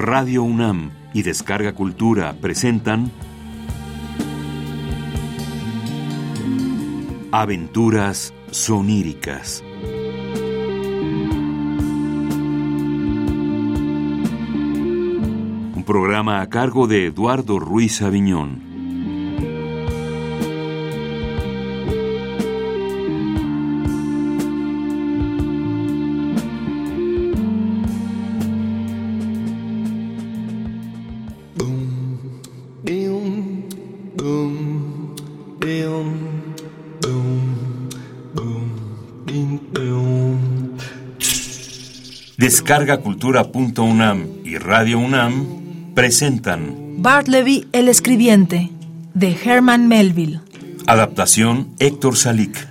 Radio UNAM y Descarga Cultura presentan Aventuras soníricas. Un programa a cargo de Eduardo Ruiz Aviñón. Descargacultura.unam y Radio UNAM presentan Bartleby el escribiente, de Herman Melville. Adaptación Héctor Salic.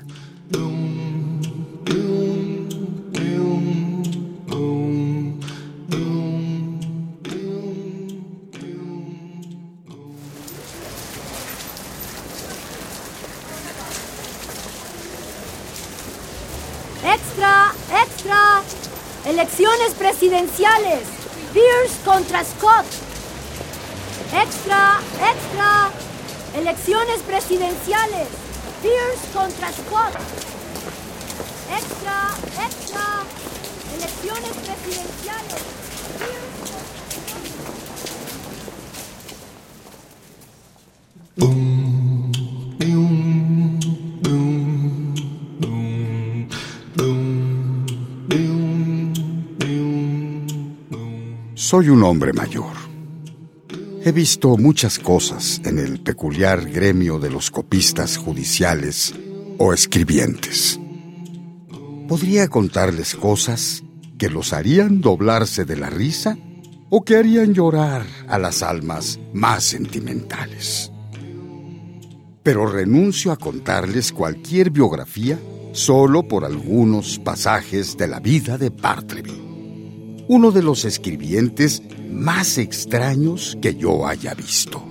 ¡Extra! ¡Extra! Elecciones presidenciales. Pierce contra Scott. ¡Extra! ¡Extra! Elecciones presidenciales. Pierce contra Scott. ¡Extra! ¡Extra! Elecciones presidenciales. Soy un hombre mayor. He visto muchas cosas en el peculiar gremio de los copistas judiciales o escribientes. Podría contarles cosas que los harían doblarse de la risa o que harían llorar a las almas más sentimentales. Pero renuncio a contarles cualquier biografía solo por algunos pasajes de la vida de Bartleby, uno de los escribientes más extraños que yo haya visto.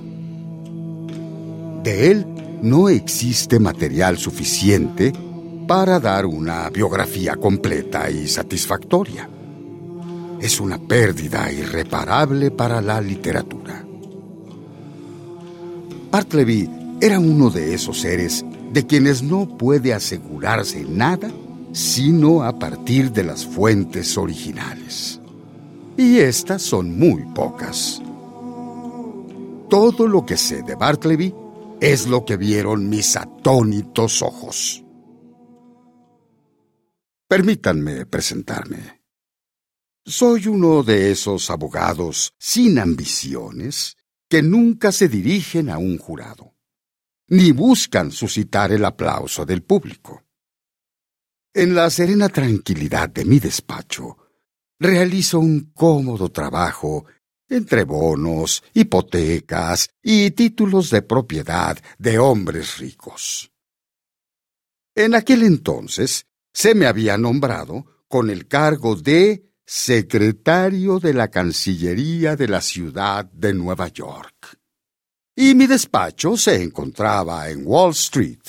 De él no existe material suficiente para dar una biografía completa y satisfactoria. Es una pérdida irreparable para la literatura. Bartleby era uno de esos seres de quienes no puede asegurarse nada sino a partir de las fuentes originales. Y estas son muy pocas. Todo lo que sé de Bartleby es lo que vieron mis atónitos ojos. Permítanme presentarme. Soy uno de esos abogados sin ambiciones que nunca se dirigen a un jurado, ni buscan suscitar el aplauso del público. En la serena tranquilidad de mi despacho, realizo un cómodo trabajo entre bonos, hipotecas y títulos de propiedad de hombres ricos. En aquel entonces se me había nombrado con el cargo de secretario de la Cancillería de la ciudad de Nueva York, y mi despacho se encontraba en Wall Street.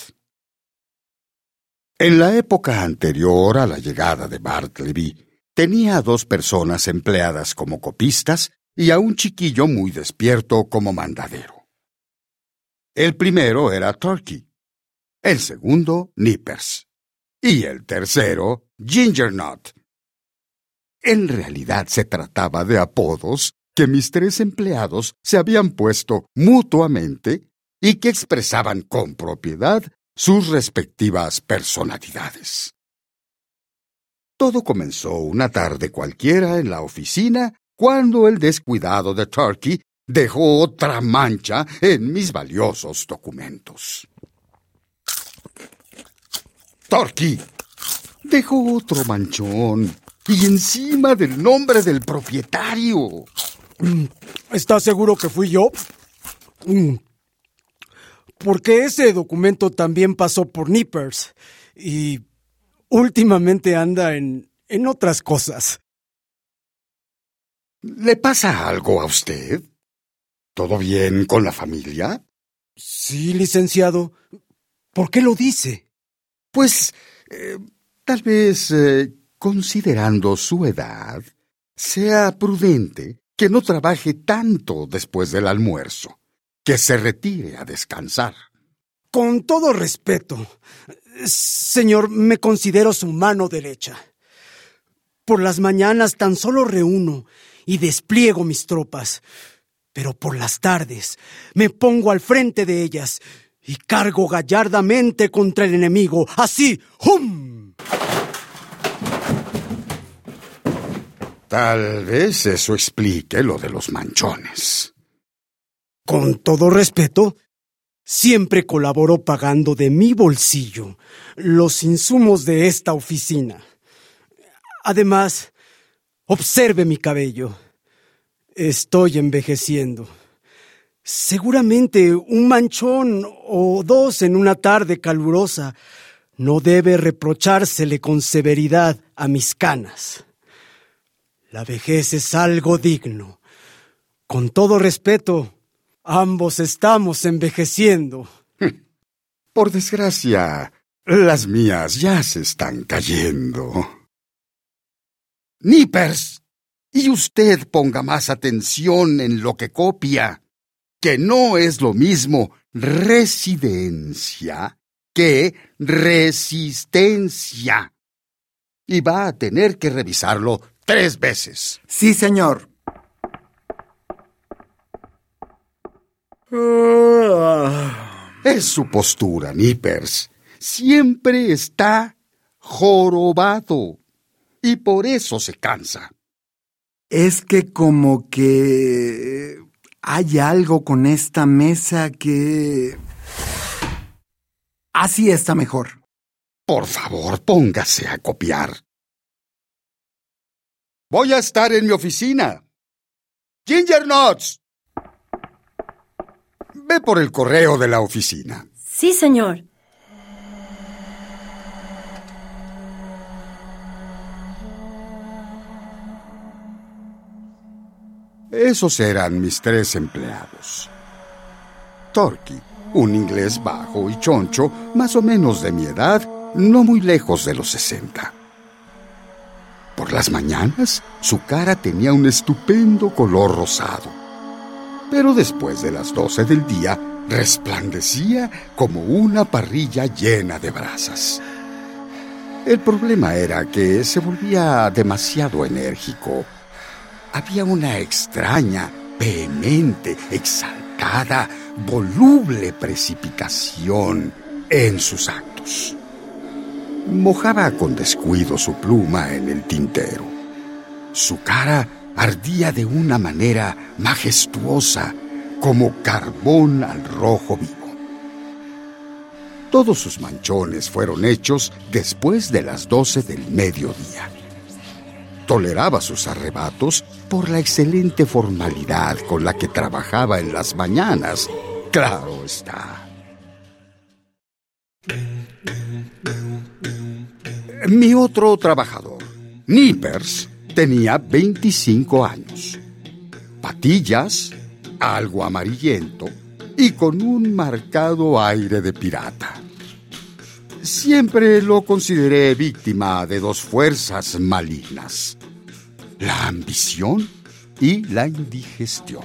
En la época anterior a la llegada de Bartleby, tenía a 2 personas empleadas como copistas y a un chiquillo muy despierto como mandadero. El primero era Turkey, el segundo Nippers y el tercero Gingernut. En realidad se trataba de apodos que mis 3 empleados se habían puesto mutuamente y que expresaban con propiedad sus respectivas personalidades. Todo comenzó una tarde cualquiera en la oficina cuando el descuidado de Turkey dejó otra mancha en mis valiosos documentos. Turkey dejó otro manchón y encima del nombre del propietario. ¿Estás seguro que fui yo? Porque ese documento también pasó por Nippers y últimamente anda en otras cosas. ¿Le pasa algo a usted? ¿Todo bien con la familia? Sí, licenciado. ¿Por qué lo dice? Pues, tal vez, considerando su edad, sea prudente que no trabaje tanto después del almuerzo, que se retire a descansar. Con todo respeto, señor, me considero su mano derecha. Por las mañanas tan solo reúno y despliego mis tropas, pero por las tardes me pongo al frente de ellas y cargo gallardamente contra el enemigo, así, ¡hum! Tal vez eso explique lo de los manchones. Con todo respeto, siempre colaboró pagando de mi bolsillo los insumos de esta oficina. Además, observe mi cabello. Estoy envejeciendo. Seguramente un manchón o dos en una tarde calurosa no debe reprochársele con severidad a mis canas. La vejez es algo digno. Con todo respeto, ambos estamos envejeciendo. Por desgracia, las mías ya se están cayendo. Nippers, y usted ponga más atención en lo que copia, que no es lo mismo residencia que resistencia. Y va a tener que revisarlo 3 veces. Sí, señor. Es su postura, Nippers. Siempre está jorobado. Y por eso se cansa. Es que como que hay algo con esta mesa que... Así está mejor. Por favor, póngase a copiar. Voy a estar en mi oficina. Ginger Nuts, ve por el correo de la oficina. Sí, señor. Esos eran mis 3 empleados. Torky, un inglés bajo y choncho, más o menos de mi edad, no muy lejos de los 60. Por las mañanas, su cara tenía un estupendo color rosado. Pero después de las 12 del día, resplandecía como una parrilla llena de brasas. El problema era que se volvía demasiado enérgico. Había una extraña, vehemente, exaltada, voluble precipitación en sus actos. Mojaba con descuido su pluma en el tintero. Su cara ardía de una manera majestuosa, como carbón al rojo vivo. Todos sus manchones fueron hechos después de las 12 del mediodía. Toleraba sus arrebatos por la excelente formalidad con la que trabajaba en las mañanas. Claro está. Mi otro trabajador, Nippers, tenía 25 años. Patillas, algo amarillento y con un marcado aire de pirata. Siempre lo consideré víctima de 2 fuerzas malignas: la ambición y la indigestión.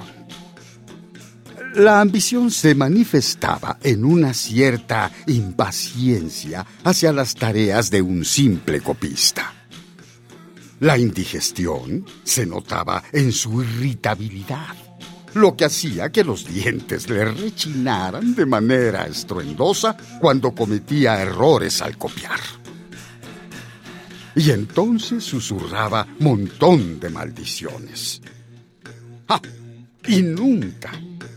La ambición se manifestaba en una cierta impaciencia hacia las tareas de un simple copista. La indigestión se notaba en su irritabilidad, lo que hacía que los dientes le rechinaran de manera estruendosa cuando cometía errores al copiar. Y entonces susurraba montón de maldiciones. ¡Ah! Y nunca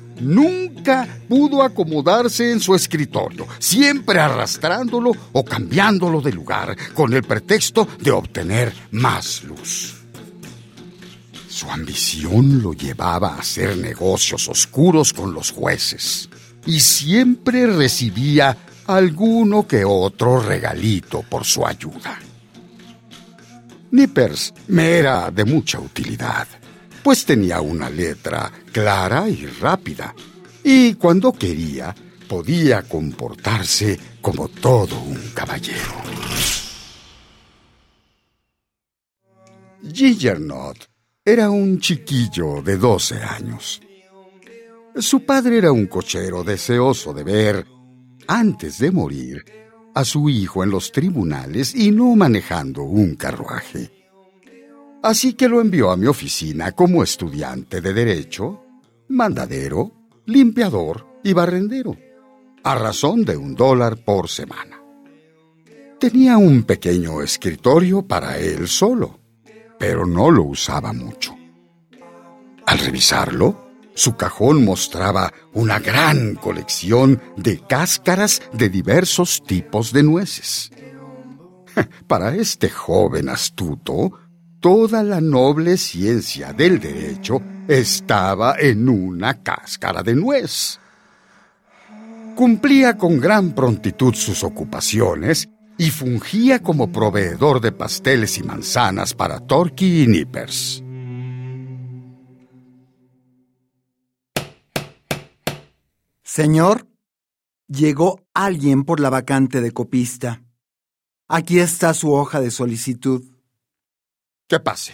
pudo acomodarse en su escritorio, siempre arrastrándolo o cambiándolo de lugar con el pretexto de obtener más luz. Su ambición lo llevaba a hacer negocios oscuros con los jueces y siempre recibía alguno que otro regalito por su ayuda. Nippers me era de mucha utilidad, pues tenía una letra clara y rápida, y cuando quería podía comportarse como todo un caballero. Ginger Nut Era un chiquillo de 12 años. Su padre era un cochero deseoso de ver, antes de morir, a su hijo en los tribunales y no manejando un carruaje. Así que lo envió a mi oficina como estudiante de Derecho, mandadero, limpiador y barrendero, a razón de $1 por semana. Tenía un pequeño escritorio para él solo, pero no lo usaba mucho. Al revisarlo, su cajón mostraba una gran colección de cáscaras de diversos tipos de nueces. Para este joven astuto, toda la noble ciencia del derecho estaba en una cáscara de nuez. Cumplía con gran prontitud sus ocupaciones y fungía como proveedor de pasteles y manzanas para Torquay y Nippers. Señor, llegó alguien por la vacante de copista. Aquí está su hoja de solicitud. Que pase.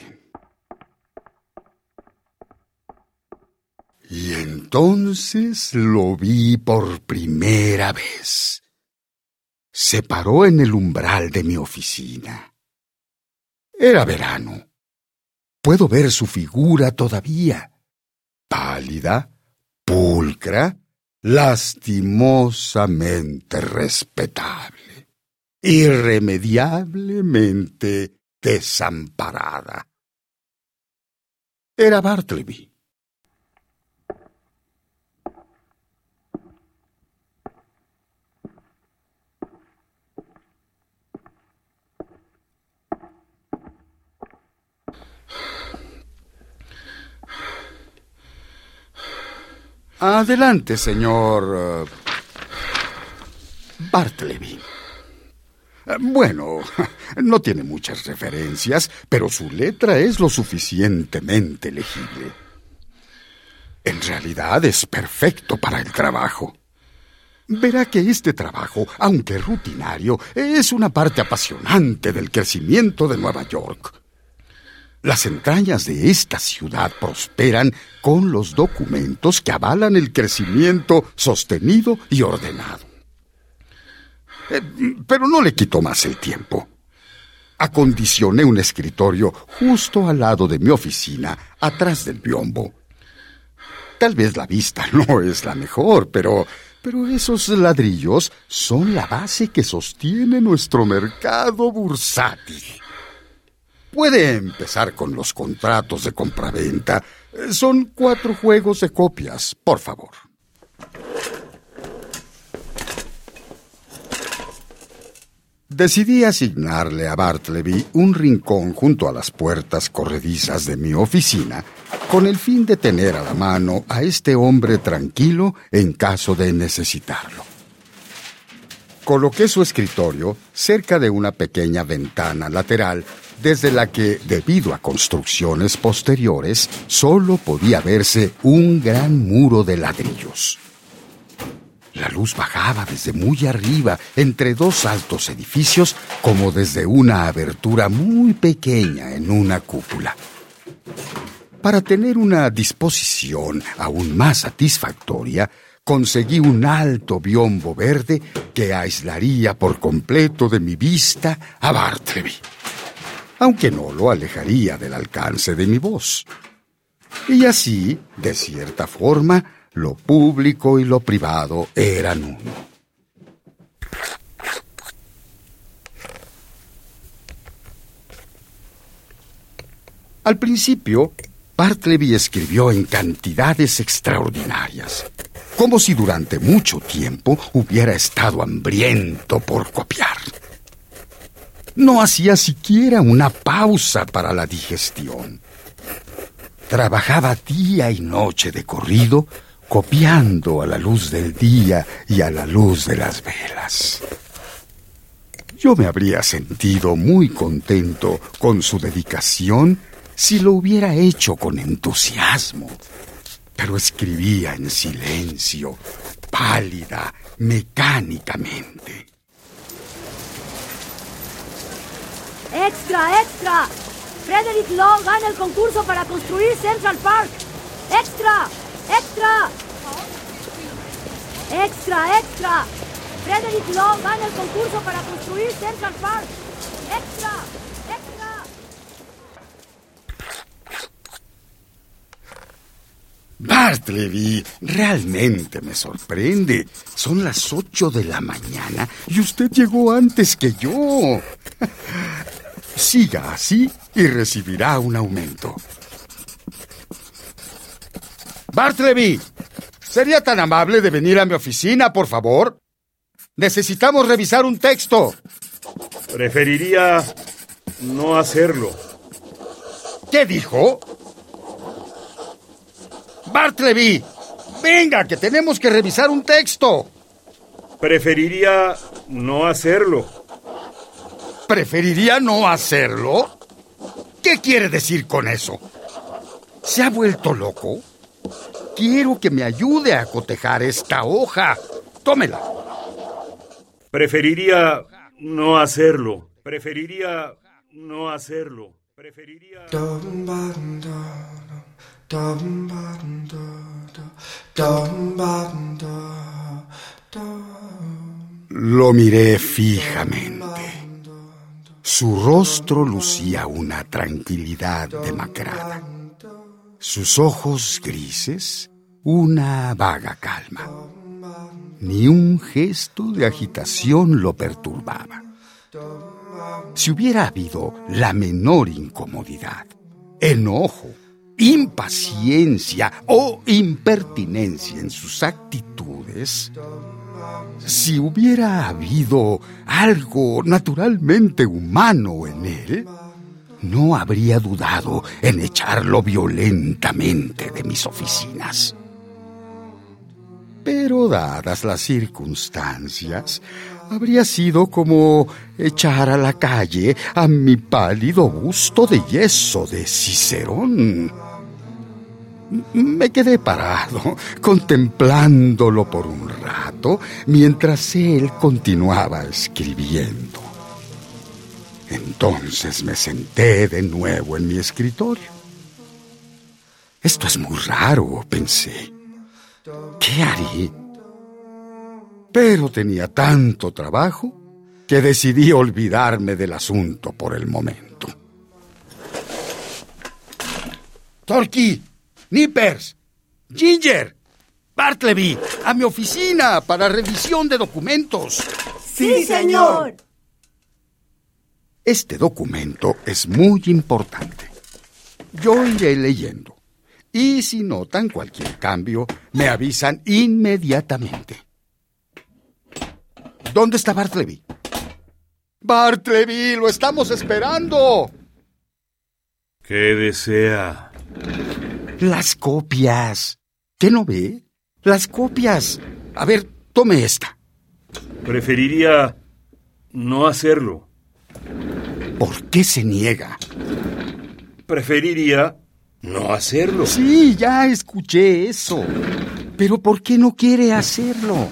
Y entonces lo vi por primera vez. Se paró en el umbral de mi oficina. Era verano. Puedo ver su figura todavía. Pálida, pulcra, lastimosamente respetable, irremediablemente desamparada. Era Bartleby. Adelante, señor Bartleby. Bueno, no tiene muchas referencias, pero su letra es lo suficientemente legible. En realidad es perfecto para el trabajo. Verá que este trabajo, aunque rutinario, es una parte apasionante del crecimiento de Nueva York. Las entrañas de esta ciudad prosperan con los documentos que avalan el crecimiento sostenido y ordenado. Pero no le quito más el tiempo. Acondicioné un escritorio justo al lado de mi oficina, atrás del biombo. Tal vez la vista no es la mejor, pero esos ladrillos son la base que sostiene nuestro mercado bursátil. Puede empezar con los contratos de compraventa. Son 4 juegos de copias, por favor. Decidí asignarle a Bartleby un rincón junto a las puertas corredizas de mi oficina, con el fin de tener a la mano a este hombre tranquilo en caso de necesitarlo. Coloqué su escritorio cerca de una pequeña ventana lateral, desde la que, debido a construcciones posteriores, solo podía verse un gran muro de ladrillos. La luz bajaba desde muy arriba, entre 2 altos edificios, como desde una abertura muy pequeña en una cúpula. Para tener una disposición aún más satisfactoria, conseguí un alto biombo verde que aislaría por completo de mi vista a Bartleby, aunque no lo alejaría del alcance de mi voz. Y así, de cierta forma, lo público y lo privado eran uno. Al principio, Bartleby escribió en cantidades extraordinarias, como si durante mucho tiempo hubiera estado hambriento por copiar. No hacía siquiera una pausa para la digestión. Trabajaba día y noche de corrido, copiando a la luz del día y a la luz de las velas. Yo me habría sentido muy contento con su dedicación si lo hubiera hecho con entusiasmo, pero escribía en silencio, pálida, mecánicamente. ¡Extra, extra! Frederick Law gana el concurso para construir Central Park. ¡Extra! ¡Extra! ¡Extra, extra! Frederick Law gana el concurso para construir Central Park. ¡Extra! ¡Extra! Bartleby, realmente me sorprende. Son las 8 de la mañana y usted llegó antes que yo. Siga así y recibirá un aumento. Bartleby, ¿sería tan amable de venir a mi oficina, por favor? Necesitamos revisar un texto. Preferiría no hacerlo. ¿Qué dijo? Bartleby, venga, que tenemos que revisar un texto. Preferiría no hacerlo. ¿Preferiría no hacerlo? ¿Qué quiere decir con eso? ¿Se ha vuelto loco? Quiero que me ayude a cotejar esta hoja. Tómela. Preferiría no hacerlo. Preferiría no hacerlo. Preferiría... Lo miré fijamente. Su rostro lucía una tranquilidad demacrada. Sus ojos grises, una vaga calma. Ni un gesto de agitación lo perturbaba. Si hubiera habido la menor incomodidad, enojo, impaciencia o impertinencia en sus actitudes, si hubiera habido algo naturalmente humano en él, no habría dudado en echarlo violentamente de mis oficinas. Pero dadas las circunstancias, habría sido como echar a la calle a mi pálido busto de yeso de Cicerón. Me quedé parado, contemplándolo por un rato, mientras él continuaba escribiendo. Entonces me senté de nuevo en mi escritorio. Esto es muy raro, pensé. ¿Qué haré? Pero tenía tanto trabajo que decidí olvidarme del asunto por el momento. Torquay, Nippers, Ginger, Bartleby, a mi oficina para revisión de documentos. ¡Sí, señor! Este documento es muy importante. Yo iré leyendo. Y si notan cualquier cambio, me avisan inmediatamente. ¿Dónde está Bartleby? ¡Bartleby, lo estamos esperando! ¿Qué desea? Las copias. ¿Qué no ve? Las copias. A ver, tome esta. Preferiría no hacerlo. ¿Por qué se niega? Preferiría no hacerlo. Sí, ya escuché eso. Pero ¿por qué no quiere hacerlo?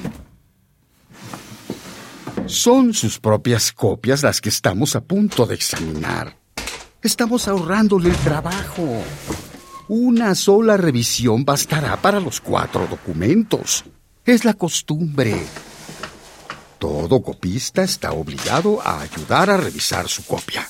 Son sus propias copias las que estamos a punto de examinar. Estamos ahorrándole el trabajo. Una sola revisión bastará para los 4 documentos. Es la costumbre. Todo copista está obligado a ayudar a revisar su copia.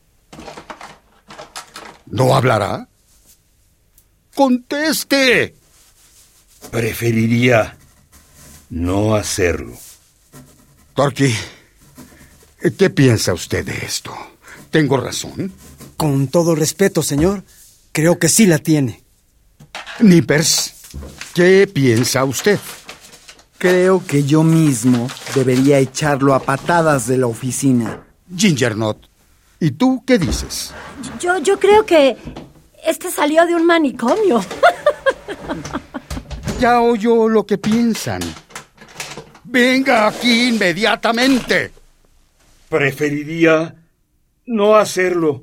¿No hablará? ¡Conteste! Preferiría no hacerlo. Torquay, ¿qué piensa usted de esto? ¿Tengo razón? Con todo respeto, señor, creo que sí la tiene. Nippers, ¿qué piensa usted? Creo que yo mismo debería echarlo a patadas de la oficina. Gingernut, ¿y tú qué dices? Yo creo que este salió de un manicomio. Ya oyó lo que piensan. ¡Venga aquí inmediatamente! Preferiría no hacerlo.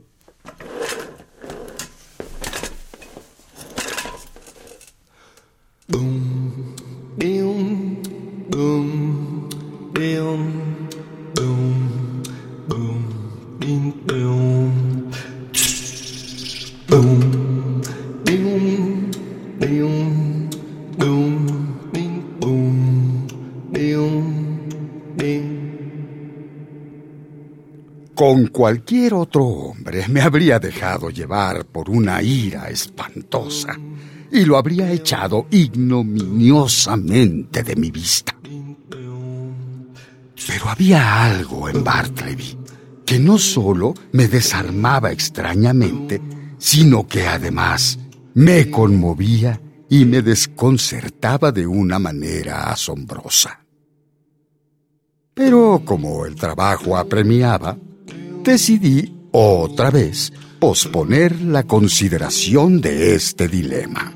Con cualquier otro hombre me habría dejado llevar por una ira espantosa y lo habría echado ignominiosamente de mi vista. Pero había algo en Bartleby que no solo me desarmaba extrañamente, sino que además me conmovía y me desconcertaba de una manera asombrosa. Pero como el trabajo apremiaba, decidí otra vez posponer la consideración de este dilema.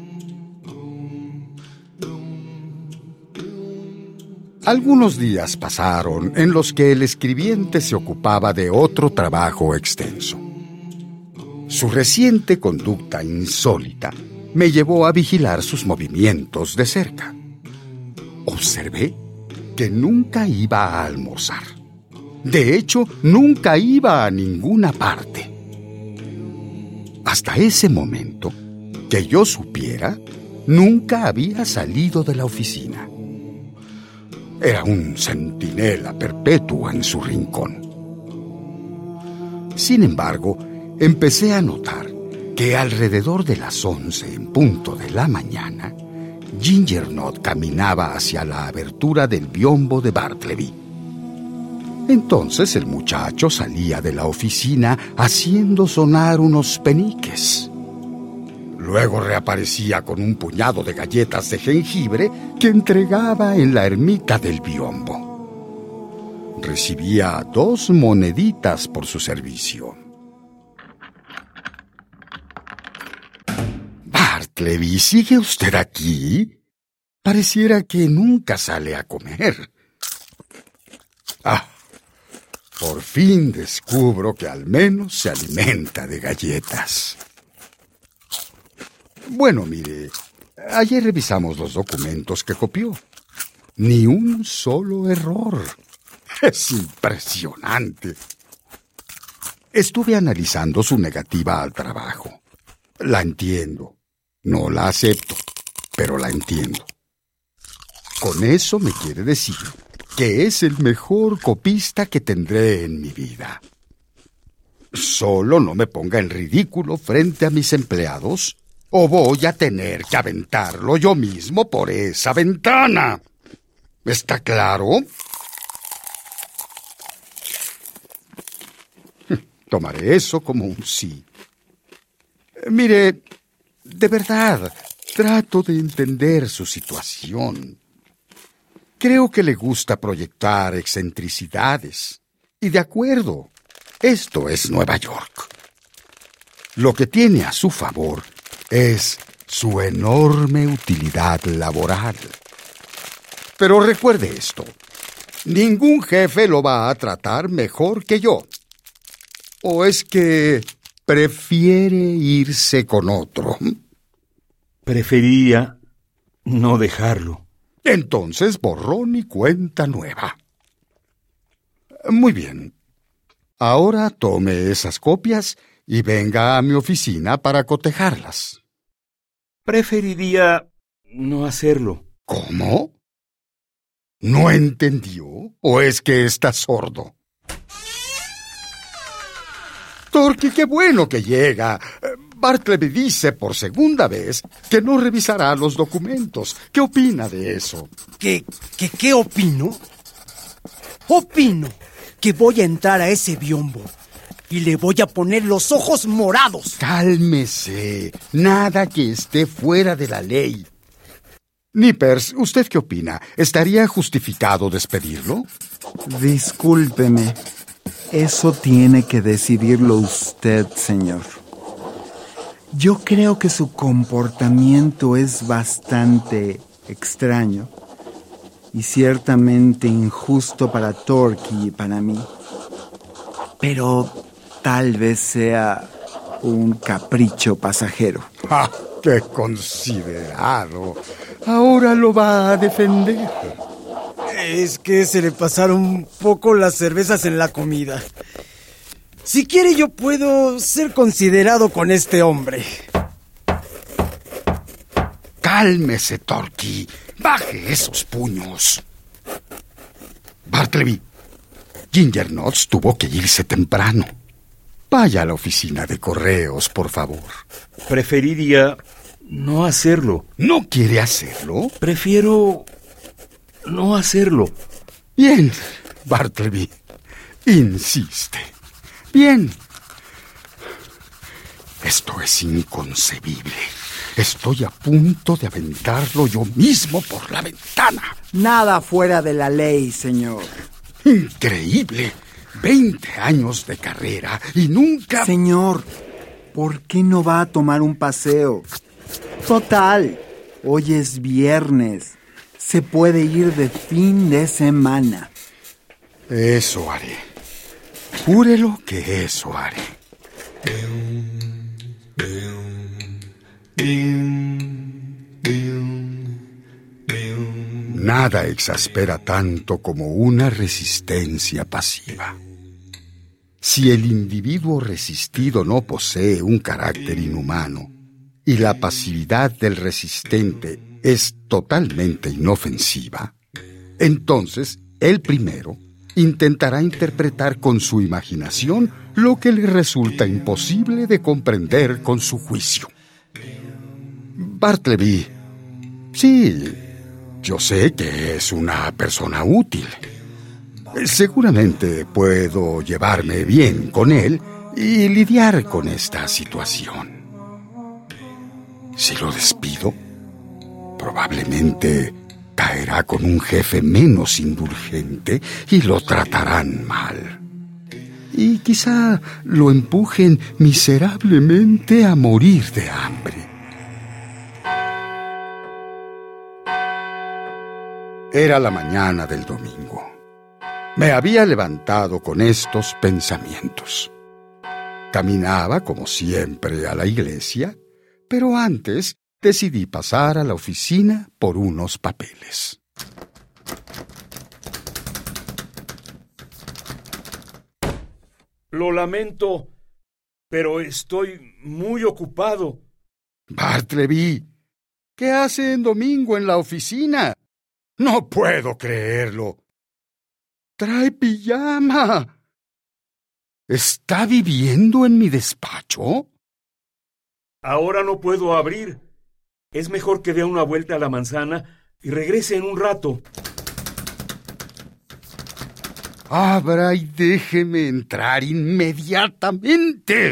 Algunos días pasaron en los que el escribiente se ocupaba de otro trabajo extenso. Su reciente conducta insólita me llevó a vigilar sus movimientos de cerca. Observé que nunca iba a almorzar. De hecho, nunca iba a ninguna parte. Hasta ese momento, que yo supiera, nunca había salido de la oficina. Era un centinela perpetuo en su rincón. Sin embargo, empecé a notar que alrededor de las 11 en punto de la mañana, Ginger-Knot caminaba hacia la abertura del biombo de Bartleby. Entonces el muchacho salía de la oficina haciendo sonar unos peniques. Luego reaparecía con un puñado de galletas de jengibre que entregaba en la ermita del biombo. Recibía 2 moneditas por su servicio. Bartleby, ¿sigue usted aquí? Pareciera que nunca sale a comer. Por fin descubro que al menos se alimenta de galletas. Bueno, mire, ayer revisamos los documentos que copió. Ni un solo error. Es impresionante. Estuve analizando su negativa al trabajo. La entiendo. No la acepto, pero la entiendo. Con eso me quiere decir que es el mejor copista que tendré en mi vida. Solo no me ponga en ridículo frente a mis empleados, o voy a tener que aventarlo yo mismo por esa ventana. ¿Está claro? Tomaré eso como un sí. Mire, de verdad, trato de entender su situación. Creo que le gusta proyectar excentricidades. Y de acuerdo, esto es Nueva York. Lo que tiene a su favor es su enorme utilidad laboral. Pero recuerde esto, ningún jefe lo va a tratar mejor que yo. ¿O es que prefiere irse con otro? Preferiría no dejarlo. Entonces, borrón y cuenta nueva. Muy bien. Ahora tome esas copias y venga a mi oficina para cotejarlas. Preferiría no hacerlo. ¿Cómo? ¿No entendió? ¿O es que está sordo? Torky, qué bueno que llega. Bartleby dice por segunda vez que no revisará los documentos. ¿Qué opina de eso? ¿Qué opino? Opino que voy a entrar a ese biombo y le voy a poner los ojos morados. Cálmese. Nada que esté fuera de la ley. Nippers, ¿usted qué opina? ¿Estaría justificado despedirlo? Discúlpeme. Eso tiene que decidirlo usted, señor. Yo creo que su comportamiento es bastante extraño y ciertamente injusto para Torky y para mí. Pero tal vez sea un capricho pasajero. ¡Ah, qué considerado! Ahora lo va a defender. Es que se le pasaron un poco las cervezas en la comida. Si quiere, yo puedo ser considerado con este hombre. Cálmese, Torquí. Baje esos puños. Bartleby, Ginger Nuts tuvo que irse temprano. Vaya a la oficina de correos, por favor. Preferiría no hacerlo. ¿No quiere hacerlo? Prefiero no hacerlo. Bien, Bartleby. Insiste. Bien. Esto es inconcebible. Estoy a punto de aventarlo yo mismo por la ventana. Nada fuera de la ley, señor. Increíble. 20 años de carrera y nunca... Señor, ¿por qué no va a tomar un paseo? Total, hoy es viernes. Se puede ir de fin de semana. Eso haré. Júrelo que eso haré. Nada exaspera tanto como una resistencia pasiva. Si el individuo resistido no posee un carácter inhumano y la pasividad del resistente es totalmente inofensiva, entonces el primero intentará interpretar con su imaginación lo que le resulta imposible de comprender con su juicio. Bartleby, sí, yo sé que es una persona útil. Seguramente puedo llevarme bien con él y lidiar con esta situación. Si lo despido, probablemente caerá con un jefe menos indulgente y lo tratarán mal. Y quizá lo empujen miserablemente a morir de hambre. Era la mañana del domingo. Me había levantado con estos pensamientos. Caminaba, como siempre, a la iglesia, pero antes decidí pasar a la oficina por unos papeles. Lo lamento, pero estoy muy ocupado. Bartleby, ¿qué hace en domingo en la oficina? No puedo creerlo. ¡Trae pijama! ¿Está viviendo en mi despacho? Ahora no puedo abrir. Es mejor que dé una vuelta a la manzana y regrese en un rato. Abra y déjeme entrar inmediatamente.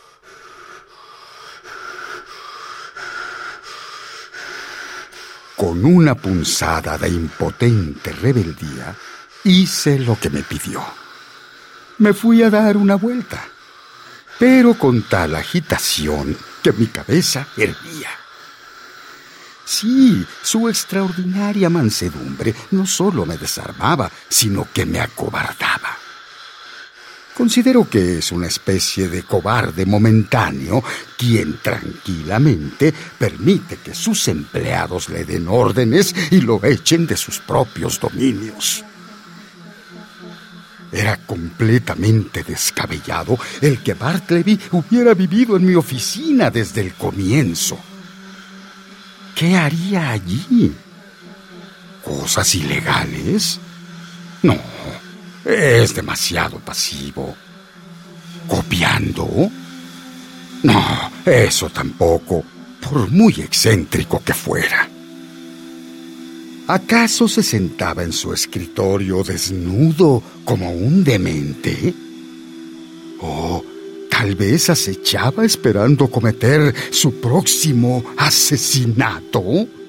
Con una punzada de impotente rebeldía, hice lo que me pidió. Me fui a dar una vuelta, pero con tal agitación que mi cabeza hervía. Sí, su extraordinaria mansedumbre no solo me desarmaba, sino que me acobardaba. Considero que es una especie de cobarde momentáneo quien tranquilamente permite que sus empleados le den órdenes y lo echen de sus propios dominios. Era completamente descabellado el que Bartleby hubiera vivido en mi oficina desde el comienzo. ¿Qué haría allí? ¿Cosas ilegales? No, es demasiado pasivo. ¿Copiando? No, eso tampoco, por muy excéntrico que fuera. ¿Acaso se sentaba en su escritorio desnudo como un demente? ¿O tal vez acechaba esperando cometer su próximo asesinato?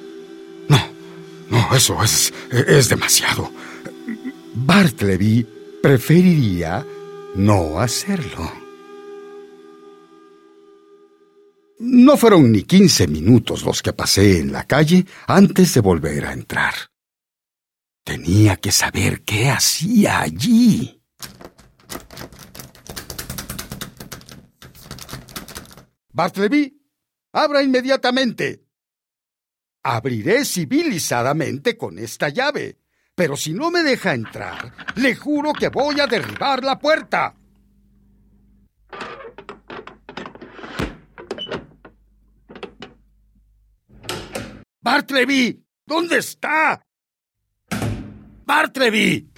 No, eso es demasiado. Bartleby preferiría no hacerlo. No fueron ni 15 minutos los que pasé en la calle antes de volver a entrar. Tenía que saber qué hacía allí. Bartleby, abra inmediatamente. Abriré civilizadamente con esta llave, pero si no me deja entrar, le juro que voy a derribar la puerta. ¡Bartleby! ¿Dónde está? ¡Bartleby!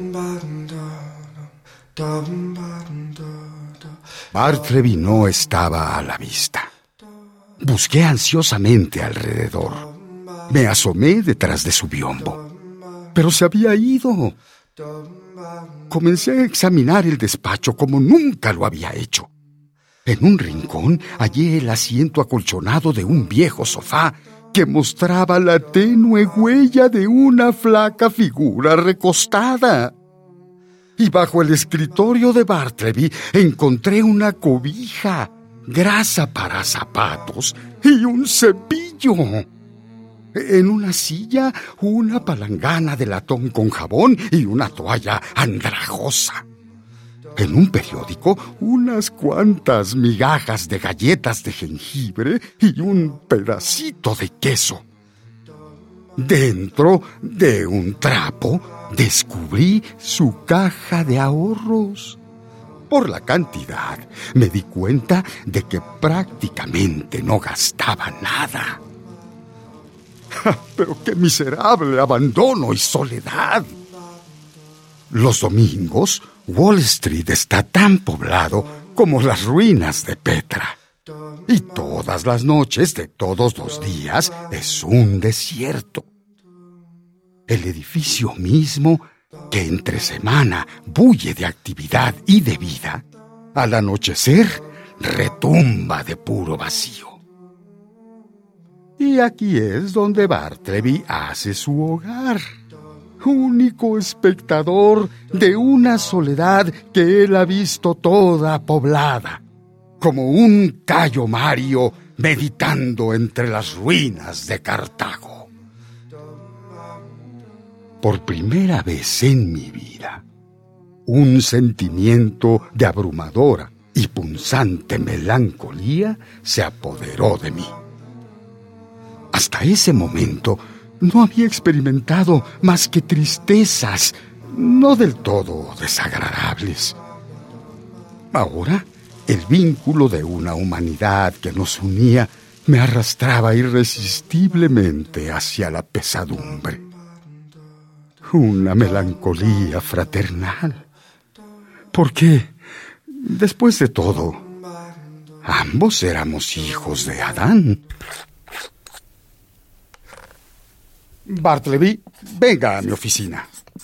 Bartleby no estaba a la vista. Busqué ansiosamente alrededor. Me asomé detrás de su biombo, pero se había ido. Comencé a examinar el despacho como nunca lo había hecho. En un rincón hallé el asiento acolchonado de un viejo sofá que mostraba la tenue huella de una flaca figura recostada. Y bajo el escritorio de Bartleby encontré una cobija, grasa para zapatos y un cepillo. En una silla, una palangana de latón con jabón y una toalla andrajosa. En un periódico, unas cuantas migajas de galletas de jengibre y un pedacito de queso. Dentro de un trapo descubrí su caja de ahorros. Por la cantidad, me di cuenta de que prácticamente no gastaba nada. ¡Pero qué miserable abandono y soledad! Los domingos, Wall Street está tan poblado como las ruinas de Petra. Y todas las noches de todos los días es un desierto. El edificio mismo, que entre semana bulle de actividad y de vida, al anochecer retumba de puro vacío. Y aquí es donde Bartleby hace su hogar. Único espectador de una soledad que él ha visto toda poblada, como un Cayo Mario meditando entre las ruinas de Cartago. Por primera vez en mi vida, un sentimiento de abrumadora y punzante melancolía se apoderó de mí. Hasta ese momento no había experimentado más que tristezas, no del todo desagradables. Ahora, el vínculo de una humanidad que nos unía me arrastraba irresistiblemente hacia la pesadumbre. Una melancolía fraternal. Porque, después de todo, ambos éramos hijos de Adán. Bartleby, venga a mi oficina.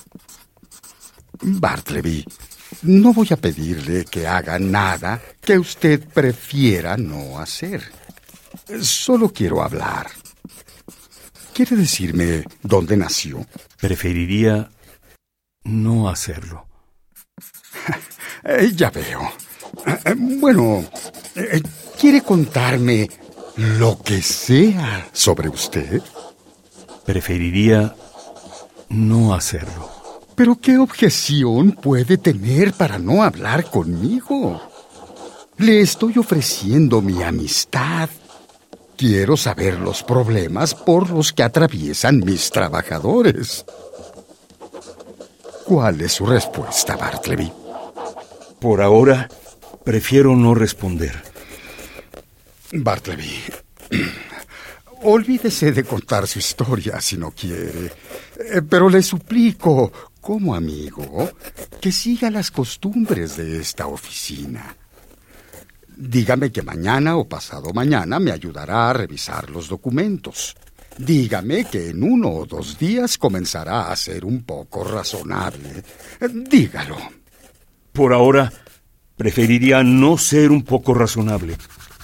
Bartleby, no voy a pedirle que haga nada que usted prefiera no hacer. Solo quiero hablar. ¿Quiere decirme dónde nació? Preferiría no hacerlo. Ya veo. Bueno, ¿quiere contarme lo que sea sobre usted? Preferiría no hacerlo. ¿Pero qué objeción puede tener para no hablar conmigo? Le estoy ofreciendo mi amistad. Quiero saber los problemas por los que atraviesan mis trabajadores. ¿Cuál es su respuesta, Bartleby? Por ahora, prefiero no responder. Bartleby, olvídese de contar su historia si no quiere. Pero le suplico, como amigo, que siga las costumbres de esta oficina. Dígame que mañana o pasado mañana me ayudará a revisar los documentos. Dígame que en 1 o 2 días comenzará a ser un poco razonable. Dígalo. Por ahora, preferiría no ser un poco razonable.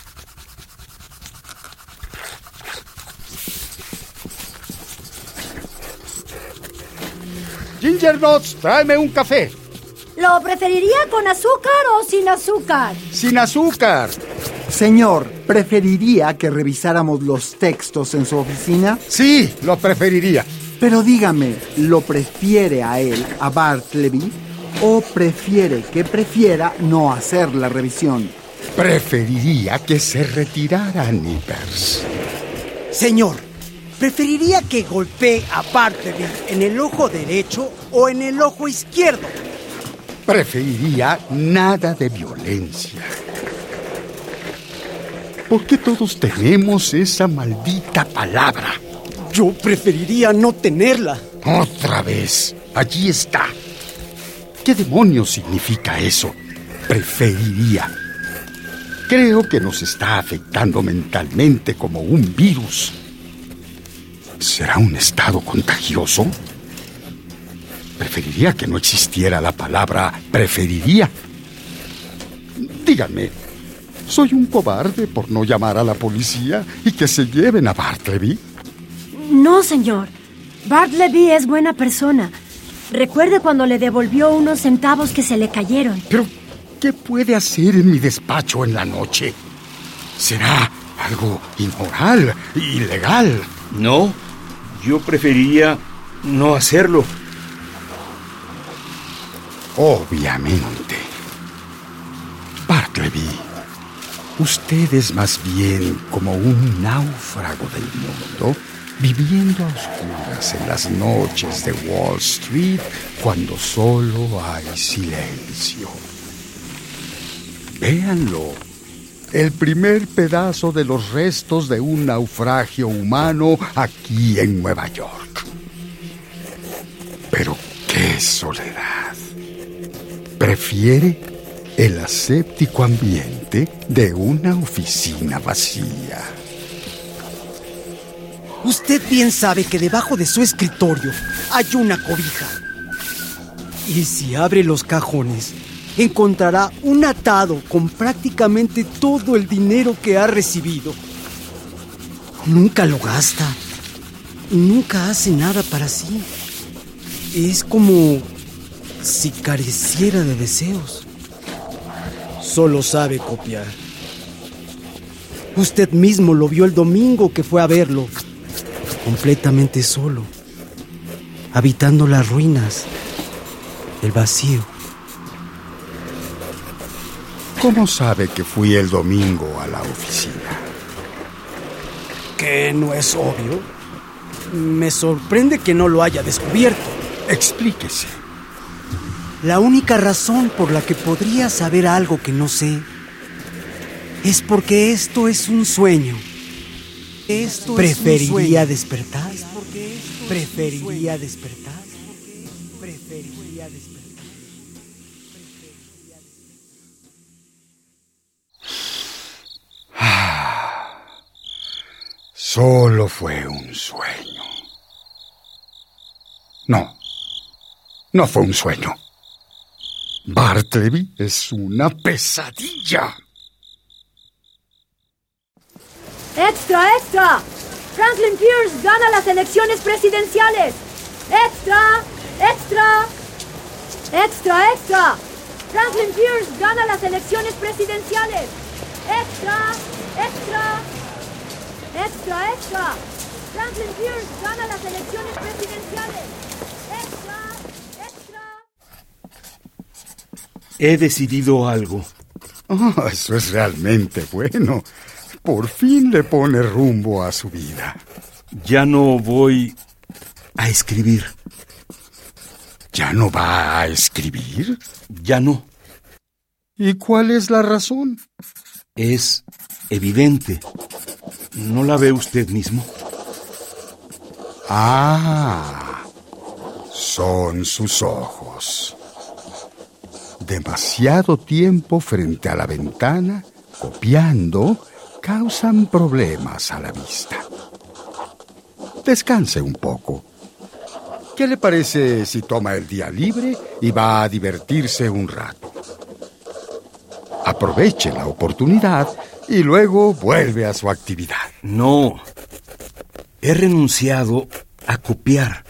Ginger Nuts, tráeme un café. ¿Lo preferiría con azúcar o sin azúcar? Sin azúcar. Señor, ¿preferiría que revisáramos los textos en su oficina? Sí, lo preferiría. Pero dígame, ¿lo prefiere a él, a Bartleby, o prefiere que prefiera no hacer la revisión? Preferiría que se retirara Nippers. Señor, ¿preferiría que golpee a Bartleby en el ojo derecho o en el ojo izquierdo? Preferiría nada de violencia. ¿Por qué todos tenemos esa maldita palabra? Yo preferiría no tenerla. Otra vez. Allí está. ¿Qué demonios significa eso? Preferiría. Creo que nos está afectando mentalmente como un virus. ¿Será un estado contagioso? Preferiría que no existiera la palabra preferiría. Díganme, ¿soy un cobarde por no llamar a la policía y que se lleven a Bartleby? No, señor. Bartleby es buena persona. Recuerde cuando le devolvió unos centavos que se le cayeron. Pero, ¿qué puede hacer en mi despacho en la noche? ¿Será algo inmoral, ilegal? No, yo preferiría no hacerlo. Obviamente. Bartleby, usted es más bien como un náufrago del mundo, viviendo a oscuras en las noches de Wall Street cuando solo hay silencio. Véanlo, el primer pedazo de los restos de un naufragio humano aquí en Nueva York. Pero qué soledad. Prefiere el aséptico ambiente de una oficina vacía. Usted bien sabe que debajo de su escritorio hay una cobija. Y si abre los cajones, encontrará un atado con prácticamente todo el dinero que ha recibido. Nunca lo gasta. Nunca hace nada para sí. Es como si careciera de deseos. Solo sabe copiar. Usted mismo lo vio el domingo que fue a verlo. Completamente solo. Habitando las ruinas. El vacío. ¿Cómo sabe que fui el domingo a la oficina? ¿Que no es obvio? Me sorprende que no lo haya descubierto. Explíquese. La única razón por la que podría saber algo que no sé es porque esto es un sueño. Preferiría despertar. Preferiría despertar. Preferiría despertar. Solo fue un sueño. No fue un sueño. Bartleby es una pesadilla. ¡Extra, extra! Franklin Pierce gana las elecciones presidenciales. ¡Extra, extra! ¡Extra, extra! Franklin Pierce gana las elecciones presidenciales. ¡Extra, extra! ¡Extra, extra! Franklin Pierce gana las elecciones presidenciales. ¡Extra, extra! He decidido algo. Oh, eso es realmente bueno. Por fin le pone rumbo a su vida. Ya no voy a escribir. ¿Ya no va a escribir? Ya no. ¿Y cuál es la razón? Es evidente. ¿No la ve usted mismo? Ah, son sus ojos. Demasiado tiempo frente a la ventana, copiando, causan problemas a la vista. Descanse un poco. ¿Qué le parece si toma el día libre y va a divertirse un rato? Aproveche la oportunidad y luego vuelve a su actividad. No. He renunciado a copiar.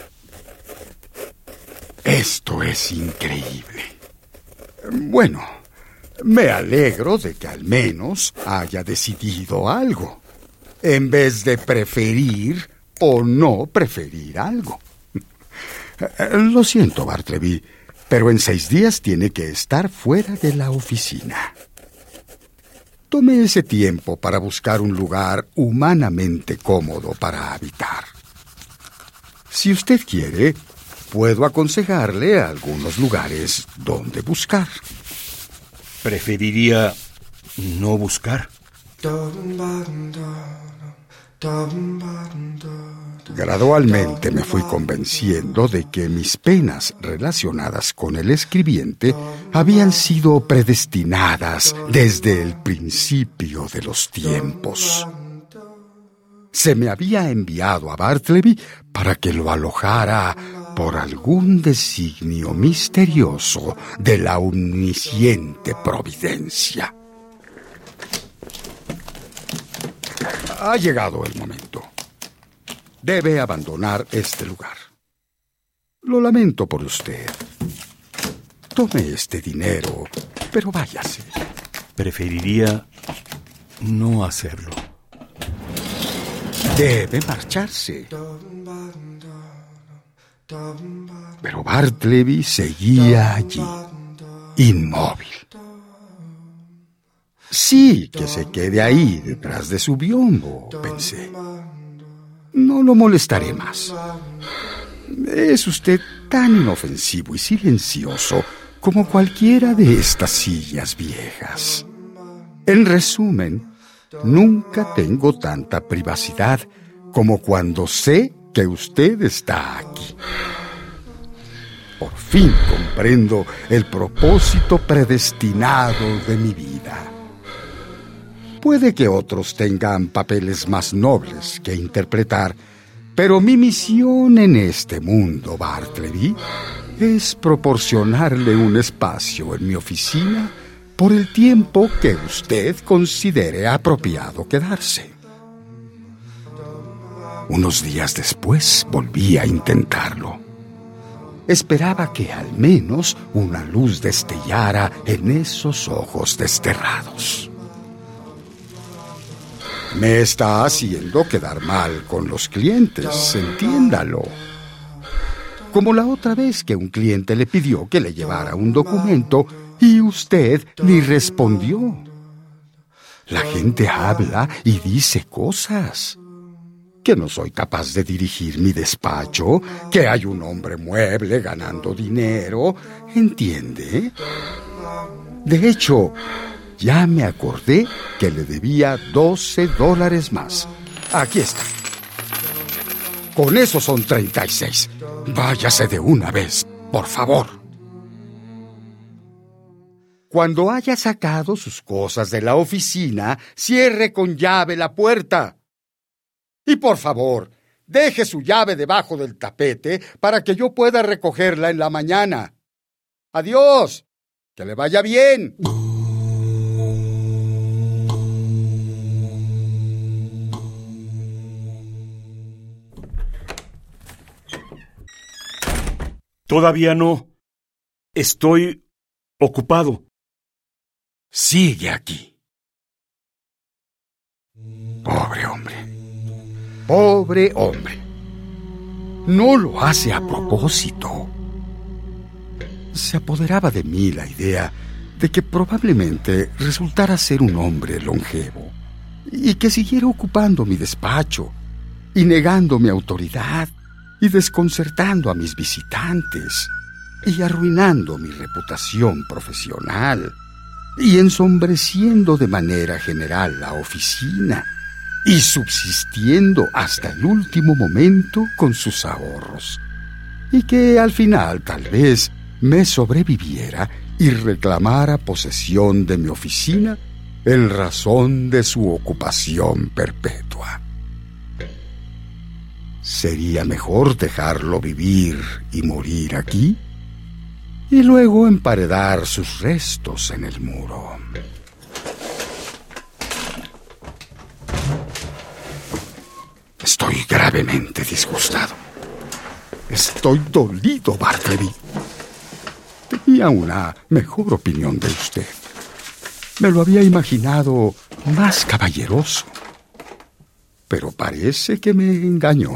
Esto es increíble. Bueno, me alegro de que al menos haya decidido algo, en vez de preferir o no preferir algo. Lo siento, Bartleby, pero en 6 días tiene que estar fuera de la oficina. Tome ese tiempo para buscar un lugar humanamente cómodo para habitar. Si usted quiere, puedo aconsejarle algunos lugares donde buscar. Preferiría no buscar. Gradualmente me fui convenciendo de que mis penas relacionadas con el escribiente habían sido predestinadas desde el principio de los tiempos. Se me había enviado a Bartleby para que lo alojara por algún designio misterioso de la omnisciente providencia. Ha llegado el momento. Debe abandonar este lugar. Lo lamento por usted. Tome este dinero, pero váyase. Preferiría no hacerlo. Debe marcharse. Pero Bartleby seguía allí, inmóvil. Sí, que se quede ahí, detrás de su biombo, pensé. No lo molestaré más. Es usted tan inofensivo y silencioso como cualquiera de estas sillas viejas. En resumen, nunca tengo tanta privacidad como cuando sé que usted está aquí. Por fin comprendo el propósito predestinado de mi vida. Puede que otros tengan papeles más nobles que interpretar, pero mi misión en este mundo, Bartleby, es proporcionarle un espacio en mi oficina por el tiempo que usted considere apropiado quedarse. Unos días después volví a intentarlo. Esperaba que al menos una luz destellara en esos ojos desterrados. Me está haciendo quedar mal con los clientes, entiéndalo. Como la otra vez que un cliente le pidió que le llevara un documento y usted ni respondió. La gente habla y dice cosas. Que no soy capaz de dirigir mi despacho, que hay un hombre mueble ganando dinero, ¿entiende? De hecho, ya me acordé que le debía $12 más. Aquí está. Con eso son 36. Váyase de una vez, por favor. Cuando haya sacado sus cosas de la oficina, cierre con llave la puerta. Y por favor, deje su llave debajo del tapete para que yo pueda recogerla en la mañana. Adiós. Que le vaya bien. Todavía no. Estoy ocupado. Sigue aquí. Pobre hombre. Pobre hombre. No lo hace a propósito. Se apoderaba de mí la idea de que probablemente resultara ser un hombre longevo y que siguiera ocupando mi despacho y negando mi autoridad y desconcertando a mis visitantes y arruinando mi reputación profesional y ensombreciendo de manera general la oficina y subsistiendo hasta el último momento con sus ahorros, y que al final tal vez me sobreviviera y reclamara posesión de mi oficina en razón de su ocupación perpetua. ¿Sería mejor dejarlo vivir y morir aquí? Y luego emparedar sus restos en el muro. Estoy gravemente disgustado. Estoy dolido, Bartleby. Tenía una mejor opinión de usted. Me lo había imaginado más caballeroso. Pero parece que me engañó.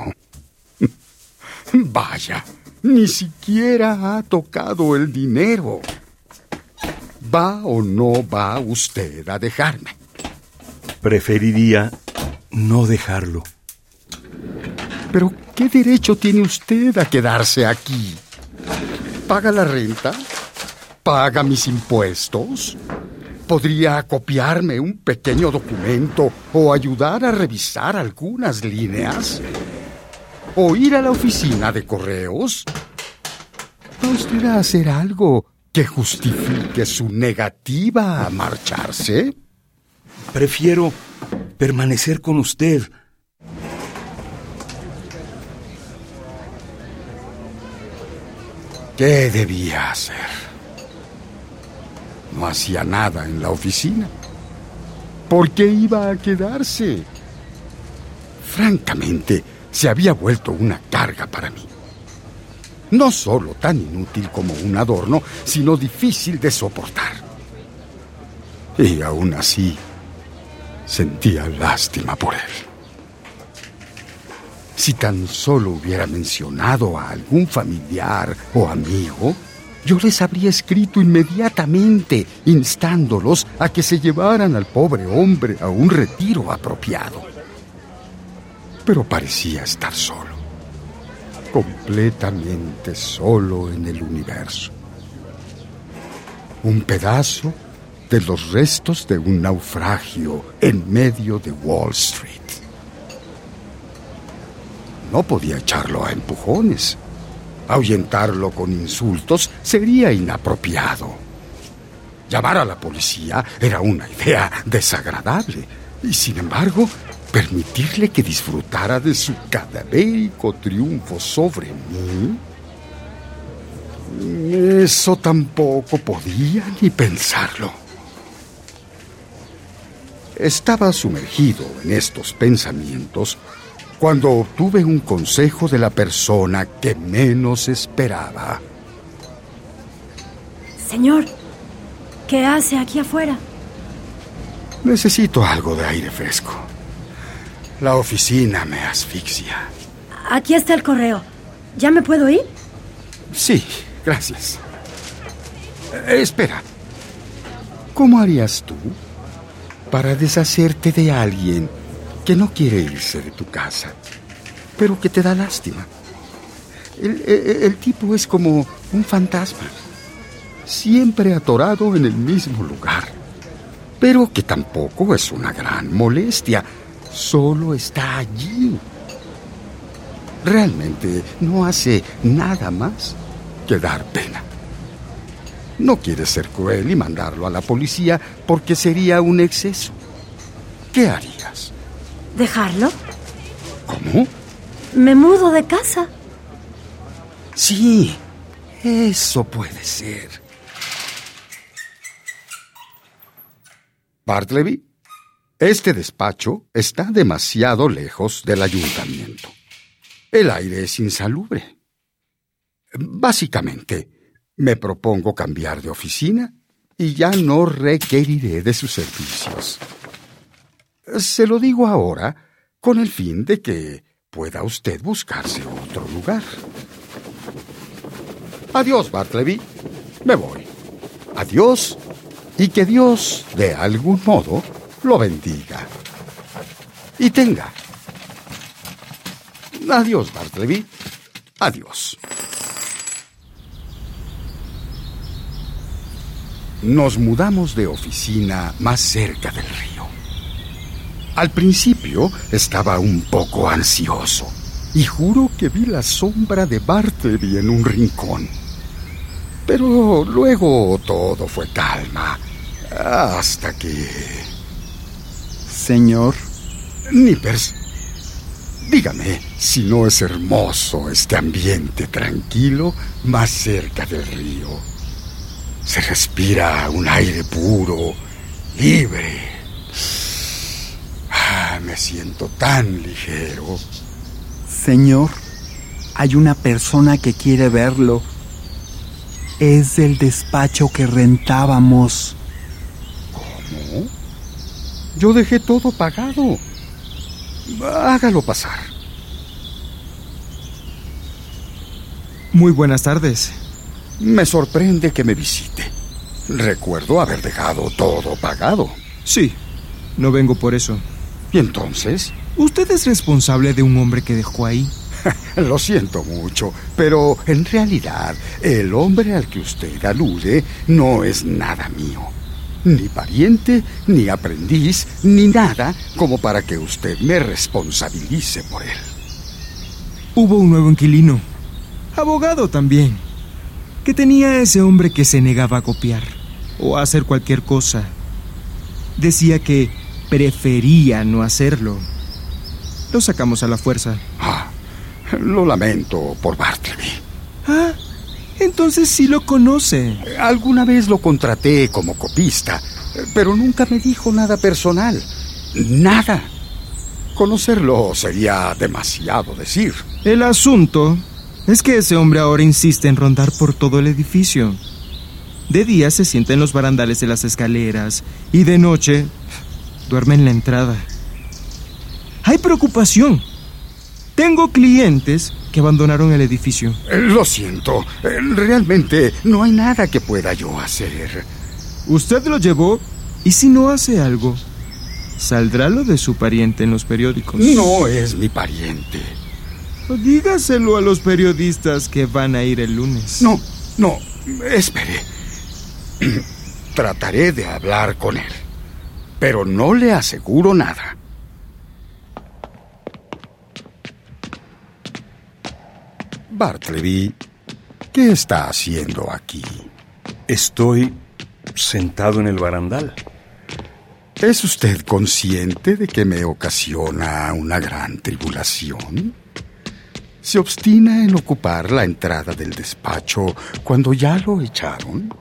Vaya, ni siquiera ha tocado el dinero. ¿Va o no va usted a dejarme? Preferiría no dejarlo. ¿Pero qué derecho tiene usted a quedarse aquí? ¿Paga la renta? ¿Paga mis impuestos? ¿Podría copiarme un pequeño documento o ayudar a revisar algunas líneas? o ir a la oficina de correos? ¿Va usted a hacer algo que justifique su negativa a marcharse? Prefiero permanecer con usted. ¿Qué debía hacer? No hacía nada en la oficina. ¿Por qué iba a quedarse? Francamente, se había vuelto una carga para mí. No solo tan inútil como un adorno, sino difícil de soportar. Y aún así, sentía lástima por él. Si tan solo hubiera mencionado a algún familiar o amigo, yo les habría escrito inmediatamente, instándolos a que se llevaran al pobre hombre a un retiro apropiado. Pero parecía estar solo, completamente solo en el universo. Un pedazo de los restos de un naufragio en medio de Wall Street. No podía echarlo a empujones. Ahuyentarlo con insultos sería inapropiado. Llamar a la policía era una idea desagradable. Y sin embargo, permitirle que disfrutara de su cadavérico triunfo sobre mí, eso tampoco podía ni pensarlo. Estaba sumergido en estos pensamientos cuando obtuve un consejo de la persona que menos esperaba. Señor, ¿qué hace aquí afuera? Necesito algo de aire fresco. La oficina me asfixia. Aquí está el correo. ¿Ya me puedo ir? Sí, gracias. Espera. ¿Cómo harías tú para deshacerte de alguien que no quiere irse de tu casa, pero que te da lástima? El tipo es como un fantasma, siempre atorado en el mismo lugar, pero que tampoco es una gran molestia, solo está allí. Realmente no hace nada más que dar pena. No quieres ser cruel y mandarlo a la policía porque sería un exceso. ¿Qué harías? ¿Dejarlo? ¿Cómo? Me mudo de casa. Sí, eso puede ser. Bartleby, este despacho está demasiado lejos del ayuntamiento. El aire es insalubre. Básicamente, me propongo cambiar de oficina y ya no requeriré de sus servicios. Se lo digo ahora con el fin de que pueda usted buscarse otro lugar. Adiós, Bartleby. Me voy. Adiós, y que Dios, de algún modo, lo bendiga. Y tenga. Adiós, Bartleby. Adiós. Nos mudamos de oficina más cerca del río. Al principio estaba un poco ansioso y juro que vi la sombra de Bartleby en un rincón. Pero luego todo fue calma, hasta que... Señor. Nippers, dígame si no es hermoso este ambiente tranquilo más cerca del río. Se respira un aire puro, libre. Me siento tan ligero. Señor, hay una persona que quiere verlo. Es del despacho que rentábamos. ¿Cómo? Yo dejé todo pagado. Hágalo pasar. Muy buenas tardes. Me sorprende que me visite. Recuerdo haber dejado todo pagado. Sí, no vengo por eso. ¿Y entonces? ¿Usted es responsable de un hombre que dejó ahí? Lo siento mucho, pero en realidad el hombre al que usted alude no es nada mío. Ni pariente, ni aprendiz, ni nada como para que usted me responsabilice por él. hubo un nuevo inquilino, abogado también, que tenía a ese hombre que se negaba a copiar o a hacer cualquier cosa. Decía que prefería no hacerlo. Lo sacamos a la fuerza. Lo lamento por Bartleby. Entonces sí lo conoce. Alguna vez lo contraté como copista, pero nunca me dijo nada personal. Nada. Conocerlo sería demasiado decir. El asunto es que ese hombre ahora insiste en rondar por todo el edificio. De día se sienta en los barandales de las escaleras y de noche duerme en la entrada. Hay preocupación. Tengo clientes que abandonaron el edificio. Lo siento. Realmente no hay nada que pueda yo hacer. Usted lo llevó y si no hace algo, saldrá lo de su pariente en los periódicos. No es mi pariente. Dígaselo a los periodistas que van a ir el lunes. No, espere. Trataré de hablar con él, pero no le aseguro nada. Bartleby, ¿qué está haciendo aquí? Estoy sentado en el barandal. ¿Es usted consciente de que me ocasiona una gran tribulación? ¿Se obstina en ocupar la entrada del despacho cuando ya lo echaron?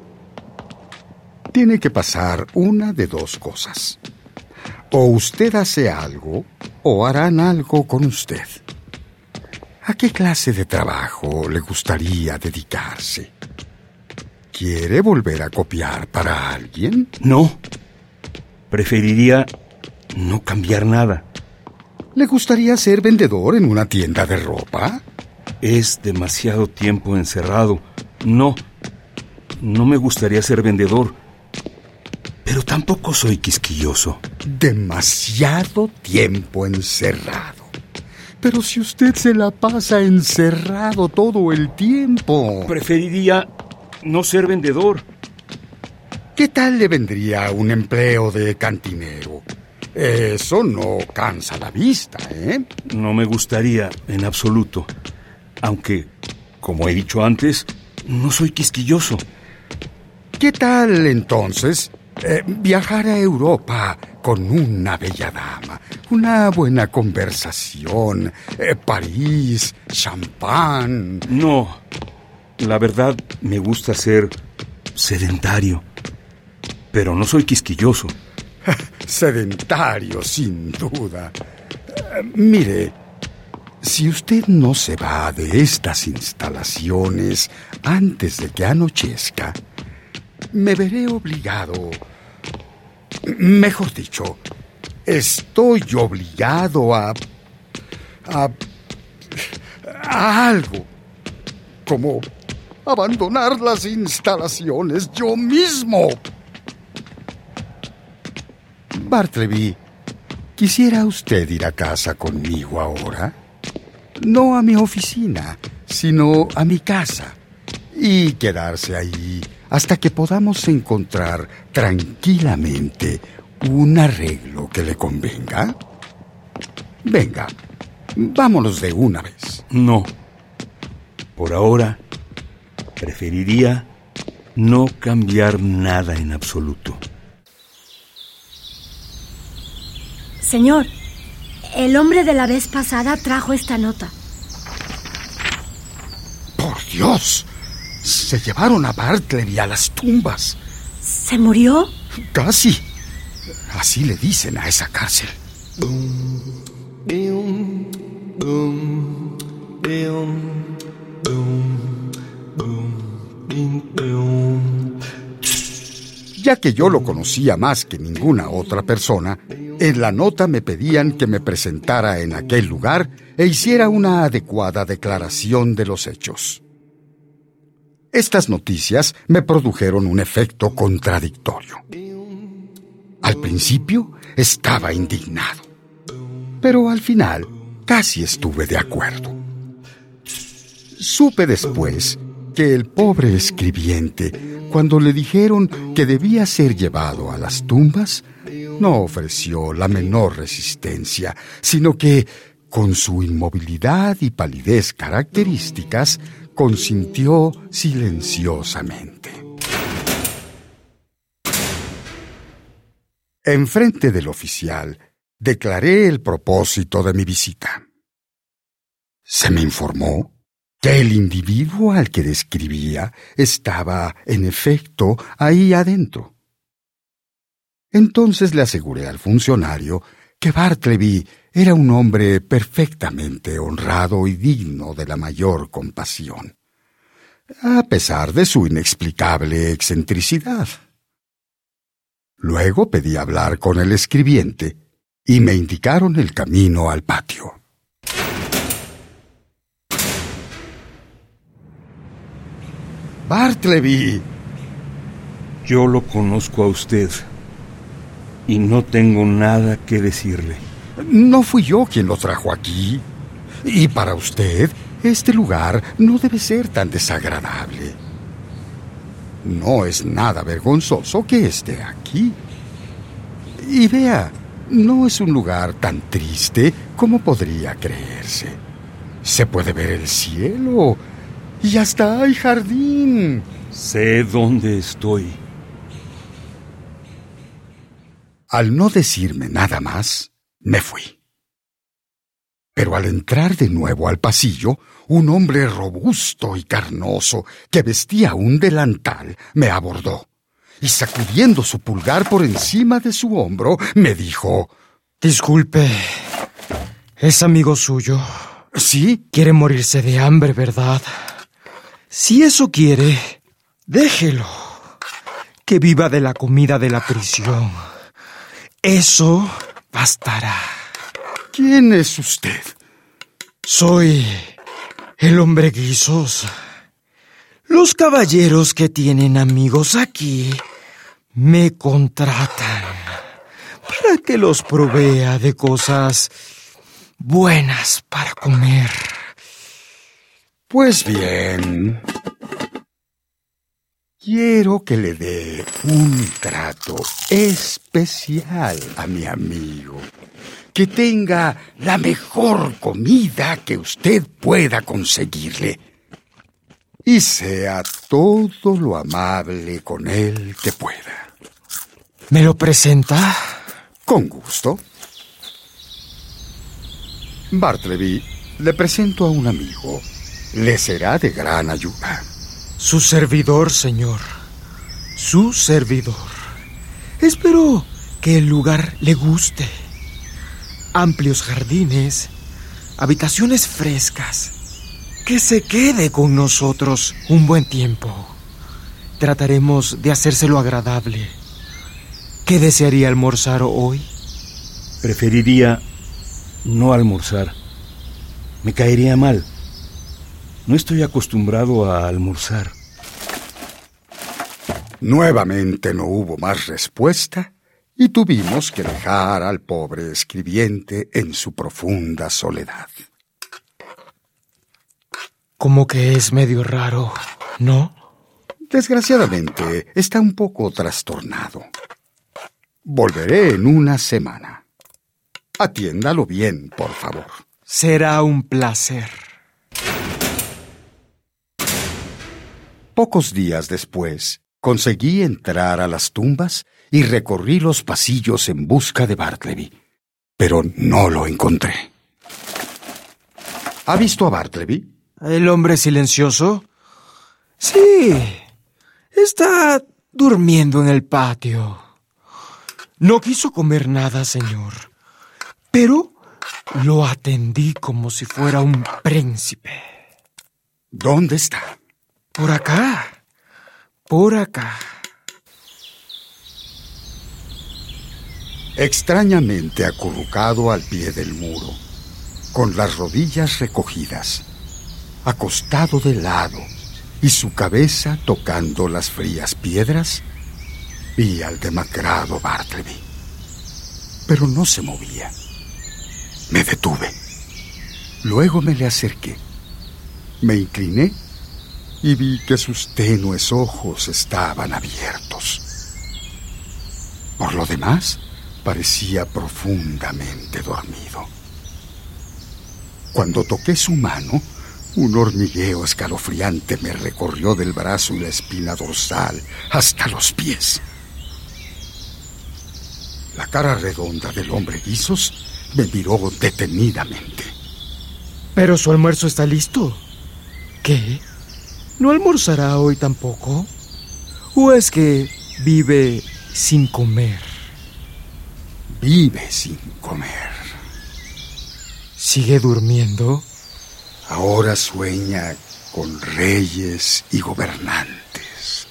Tiene que pasar una de dos cosas. O usted hace algo, o harán algo con usted. ¿A qué clase de trabajo le gustaría dedicarse? ¿Quiere volver a copiar para alguien? No. Preferiría no cambiar nada. ¿Le gustaría ser vendedor en una tienda de ropa? Es demasiado tiempo encerrado. No me gustaría ser vendedor. Pero tampoco soy quisquilloso. Demasiado tiempo encerrado. Pero si usted se la pasa encerrado todo el tiempo. Preferiría no ser vendedor. ¿Qué tal le vendría un empleo de cantinero? Eso no cansa la vista, ¿eh? No me gustaría en absoluto. Aunque, como he dicho antes, no soy quisquilloso. ¿Qué tal, entonces, viajar a Europa con una bella dama? Una buena conversación, París, champán. No, la verdad me gusta ser sedentario, pero no soy quisquilloso. Sedentario, sin duda. Mire, si usted no se va de estas instalaciones antes de que anochezca, me veré obligado. Mejor dicho, estoy obligado a algo, como abandonar las instalaciones yo mismo. Bartleby, ¿quisiera usted ir a casa conmigo ahora? No a mi oficina, sino a mi casa, y quedarse ahí hasta que podamos encontrar tranquilamente un arreglo que le convenga. Venga, vámonos de una vez. No. Por ahora, preferiría no cambiar nada en absoluto. Señor, el hombre de la vez pasada trajo esta nota. ¡Por Dios! Se llevaron a Bartleby a las tumbas. ¿Se murió? Casi. Así le dicen a esa cárcel. Ya que yo lo conocía más que ninguna otra persona, en la nota me pedían que me presentara en aquel lugar e hiciera una adecuada declaración de los hechos. Estas noticias me produjeron un efecto contradictorio. Al principio estaba indignado, pero al final casi estuve de acuerdo. Supe después que el pobre escribiente, cuando le dijeron que debía ser llevado a las tumbas, no ofreció la menor resistencia, sino que, Con su inmovilidad y palidez características, consintió silenciosamente. Enfrente del oficial, declaré el propósito de mi visita. Se me informó que el individuo al que describía estaba, en efecto, ahí adentro. Entonces le aseguré al funcionario que Bartleby era un hombre perfectamente honrado y digno de la mayor compasión, a pesar de su inexplicable excentricidad. Luego pedí hablar con el escribiente y me indicaron el camino al patio. Bartleby. Yo lo conozco a usted y no tengo nada que decirle. No fui yo quien lo trajo aquí. Y para usted, este lugar no debe ser tan desagradable. No es nada vergonzoso que esté aquí. Y vea, no es un lugar tan triste como podría creerse. Se puede ver el cielo y hasta hay jardín. Sé dónde estoy. Al no decirme nada más, me fui. Pero al entrar de nuevo al pasillo, un hombre robusto y carnoso que vestía un delantal me abordó y, sacudiendo su pulgar por encima de su hombro, me dijo: Disculpe, ¿es amigo suyo? ¿Sí? Quiere morirse de hambre, ¿verdad? Si eso quiere, déjelo. Que viva de la comida de la prisión. Eso bastará. ¿Quién es usted? Soy el hombre guisos. Los caballeros que tienen amigos aquí me contratan para que los provea de cosas buenas para comer. Pues bien, quiero que le dé un trato especial a mi amigo. Que tenga la mejor comida que usted pueda conseguirle. Y sea todo lo amable con él que pueda. ¿Me lo presenta? Con gusto. Bartleby, le presento a un amigo. Le será de gran ayuda. Su servidor, señor. Su servidor. Espero que el lugar le guste. Amplios jardines, habitaciones frescas. Que se quede con nosotros un buen tiempo. Trataremos de hacérselo agradable. ¿Qué desearía almorzar hoy? Preferiría no almorzar. Me caería mal. No estoy acostumbrado a almorzar. Nuevamente no hubo más respuesta y tuvimos que dejar al pobre escribiente en su profunda soledad. Como que es medio raro, ¿no? Desgraciadamente, está un poco trastornado. Volveré en una semana. Atiéndalo bien, por favor. Será un placer. Pocos días después, conseguí entrar a las tumbas y recorrí los pasillos en busca de Bartleby, pero no lo encontré. ¿Ha visto a Bartleby? ¿El hombre silencioso? Sí, está durmiendo en el patio. No quiso comer nada, señor, pero lo atendí como si fuera un príncipe. ¿Dónde está? Por acá, por acá. Extrañamente acurrucado al pie del muro, con las rodillas recogidas, acostado de lado y su cabeza tocando las frías piedras, vi al demacrado Bartleby. Pero no se movía. Me detuve. Luego me le acerqué. Me incliné y vi que sus tenues ojos estaban abiertos. Por lo demás, parecía profundamente dormido. Cuando toqué su mano, un hormigueo escalofriante me recorrió del brazo y la espina dorsal hasta los pies. La cara redonda del hombre guisos me miró detenidamente. Pero su almuerzo está listo. ¿Qué? ¿No almorzará hoy tampoco? ¿O es que vive sin comer? Vive sin comer. ¿Sigue durmiendo? Ahora sueña con reyes y gobernantes.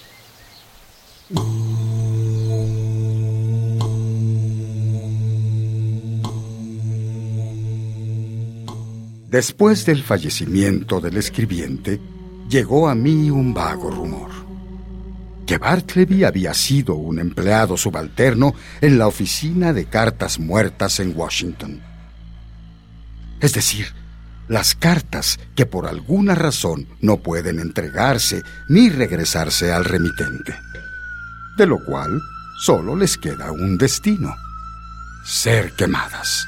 Después del fallecimiento del escribiente, llegó a mí un vago rumor: que Bartleby había sido un empleado subalterno en la oficina de cartas muertas en Washington. Es decir, las cartas que por alguna razón no pueden entregarse ni regresarse al remitente. De lo cual solo les queda un destino: ser quemadas.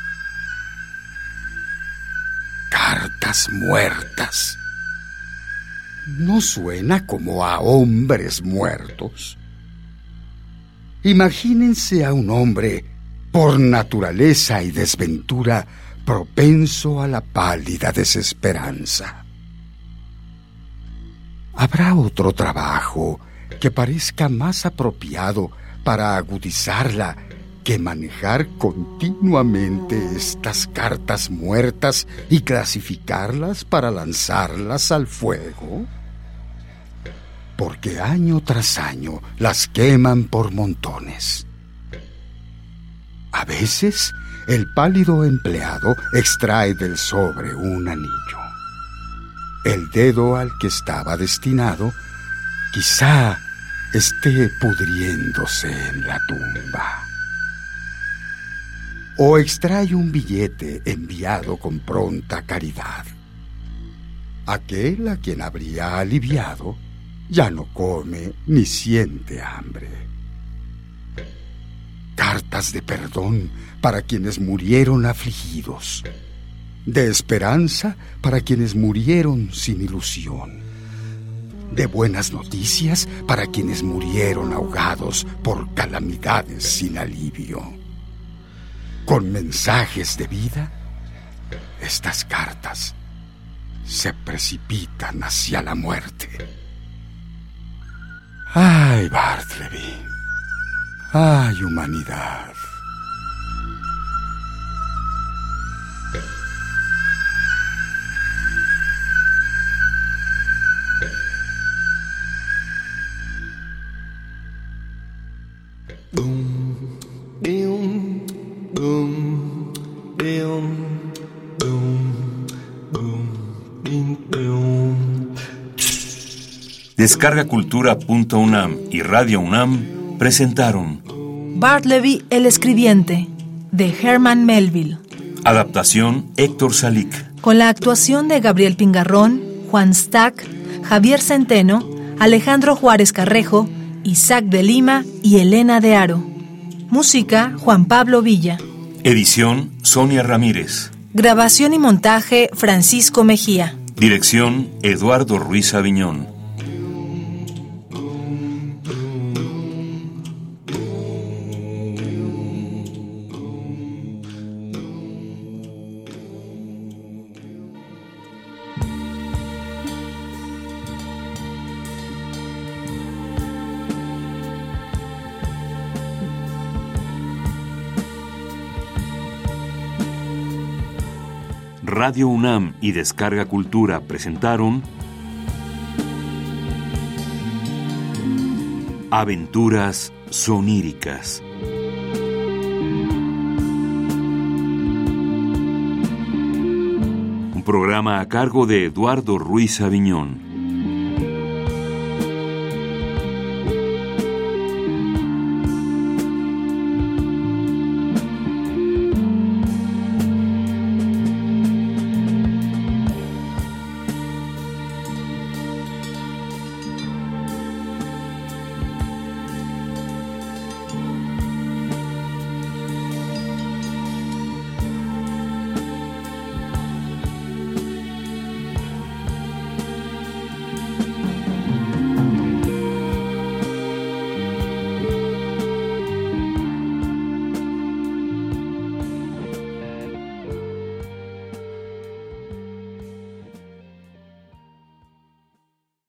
Cartas muertas. ¿No suena como a hombres muertos? Imagínense a un hombre por naturaleza y desventura propenso a la pálida desesperanza. ¿Habrá otro trabajo que parezca más apropiado para agudizarla que manejar continuamente estas cartas muertas y clasificarlas para lanzarlas al fuego? Porque año tras año las queman por montones. A veces el pálido empleado extrae del sobre un anillo. El dedo al que estaba destinado quizá esté pudriéndose en la tumba. O extrae un billete enviado con pronta caridad. Aquel a quien habría aliviado ya no come ni siente hambre. Cartas de perdón para quienes murieron afligidos, de esperanza para quienes murieron sin ilusión, de buenas noticias para quienes murieron ahogados por calamidades sin alivio. Con mensajes de vida, estas cartas se precipitan hacia la muerte. ¡Ay, Bartleby! ¡Ay, humanidad! Descargacultura.unam y Radio UNAM presentaron Bartleby el escribiente, de Herman Melville. Adaptación Héctor Salic. Con la actuación de Gabriel Pingarrón, Juan Stack, Javier Centeno, Alejandro Juárez Carrejo, Isaac de Lima y Elena de Haro. Música, Juan Pablo Villa. Edición Sonia Ramírez. Grabación y montaje, Francisco Mejía. Dirección Eduardo Ruiz Aviñón. Radio UNAM y Descarga Cultura presentaron Aventuras soníricas. Un programa a cargo de Eduardo Ruiz Aviñón.